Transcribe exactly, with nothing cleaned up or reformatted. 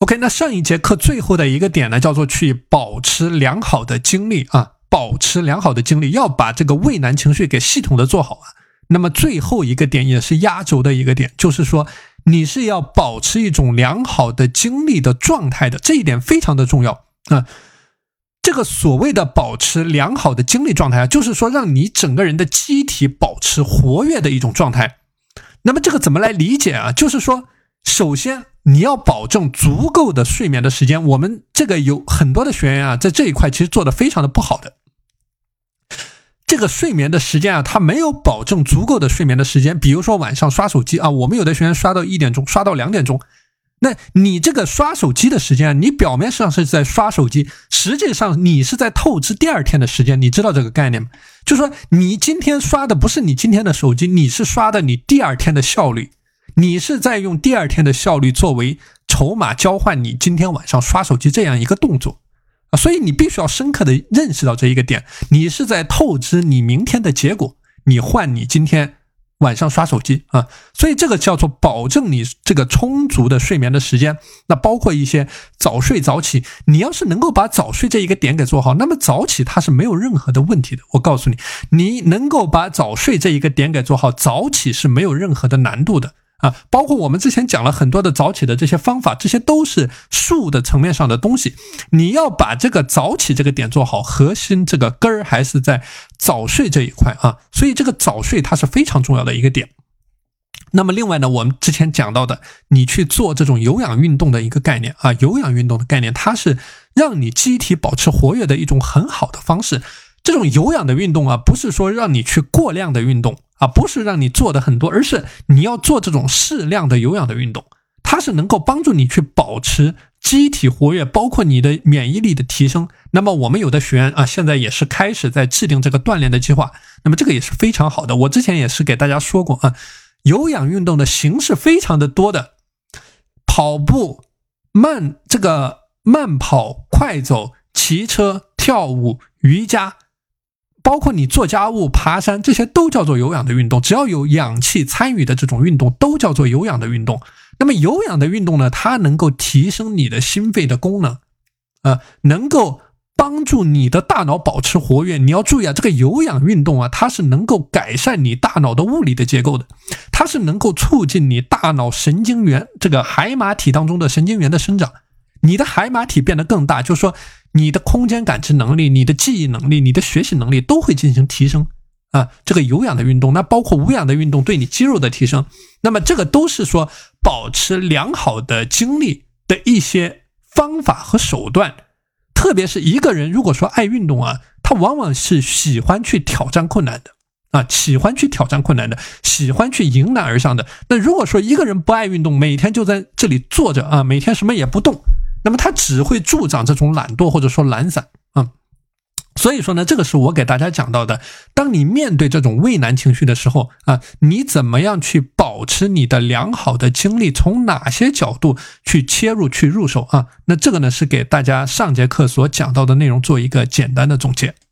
OK， 那上一节课最后的一个点呢，叫做去保持良好的精力啊，保持良好的精力，要把这个畏难情绪给系统的做好啊。那么最后一个点也是压轴的一个点，就是说你是要保持一种良好的精力的状态的，这一点非常的重要啊。这个所谓的保持良好的精力状态啊，就是说让你整个人的机体保持活跃的一种状态。那么这个怎么来理解啊？就是说首先你要保证足够的睡眠的时间，我们这个有很多的学员啊，在这一块其实做得非常的不好的。这个睡眠的时间啊，他没有保证足够的睡眠的时间，比如说晚上刷手机啊，我们有的学员刷到一点钟，刷到两点钟，那你这个刷手机的时间啊，你表面上是在刷手机，实际上你是在透支第二天的时间，你知道这个概念吗？就是说你今天刷的不是你今天的手机，你是刷的你第二天的效率，你是在用第二天的效率作为筹码交换你今天晚上刷手机这样一个动作。所以你必须要深刻的认识到这一个点，你是在透支你明天的结果，你换你今天晚上刷手机啊，所以这个叫做保证你这个充足的睡眠的时间。那包括一些早睡早起，你要是能够把早睡这一个点给做好，那么早起它是没有任何的问题的。我告诉你，你能够把早睡这一个点给做好，早起是没有任何的难度的啊，包括我们之前讲了很多的早起的这些方法，这些都是术的层面上的东西。你要把这个早起这个点做好，核心这个根儿还是在早睡这一块啊，所以这个早睡它是非常重要的一个点。那么另外呢，我们之前讲到的，你去做这种有氧运动的一个概念啊，有氧运动的概念，它是让你机体保持活跃的一种很好的方式。这种有氧的运动啊，不是说让你去过量的运动啊，不是让你做的很多，而是你要做这种适量的有氧的运动，它是能够帮助你去保持机体活跃，包括你的免疫力的提升。那么我们有的学员啊，现在也是开始在制定这个锻炼的计划，那么这个也是非常好的。我之前也是给大家说过啊，有氧运动的形式非常的多的，跑步、慢这个慢跑、快走、骑车、跳舞、瑜伽，包括你做家务、爬山，这些都叫做有氧的运动。只要有氧气参与的这种运动都叫做有氧的运动。那么有氧的运动呢，它能够提升你的心肺的功能，呃，能够帮助你的大脑保持活跃。你要注意啊，这个有氧运动啊，它是能够改善你大脑的物理的结构的，它是能够促进你大脑神经元这个海马体当中的神经元的生长。你的海马体变得更大，就是说你的空间感知能力、你的记忆能力、你的学习能力都会进行提升啊。这个有氧的运动，那包括无氧的运动对你肌肉的提升，那么这个都是说保持良好的精力的一些方法和手段。特别是一个人如果说爱运动啊，他往往是喜欢去挑战困难的啊，喜欢去挑战困难的，喜欢去迎难而上的。那如果说一个人不爱运动，每天就在这里坐着啊，每天什么也不动，那么它只会助长这种懒惰或者说懒散啊。所以说呢，这个是我给大家讲到的，当你面对这种畏难情绪的时候啊，你怎么样去保持你的良好的精力，从哪些角度去切入去入手啊？那这个呢是给大家上节课所讲到的内容做一个简单的总结。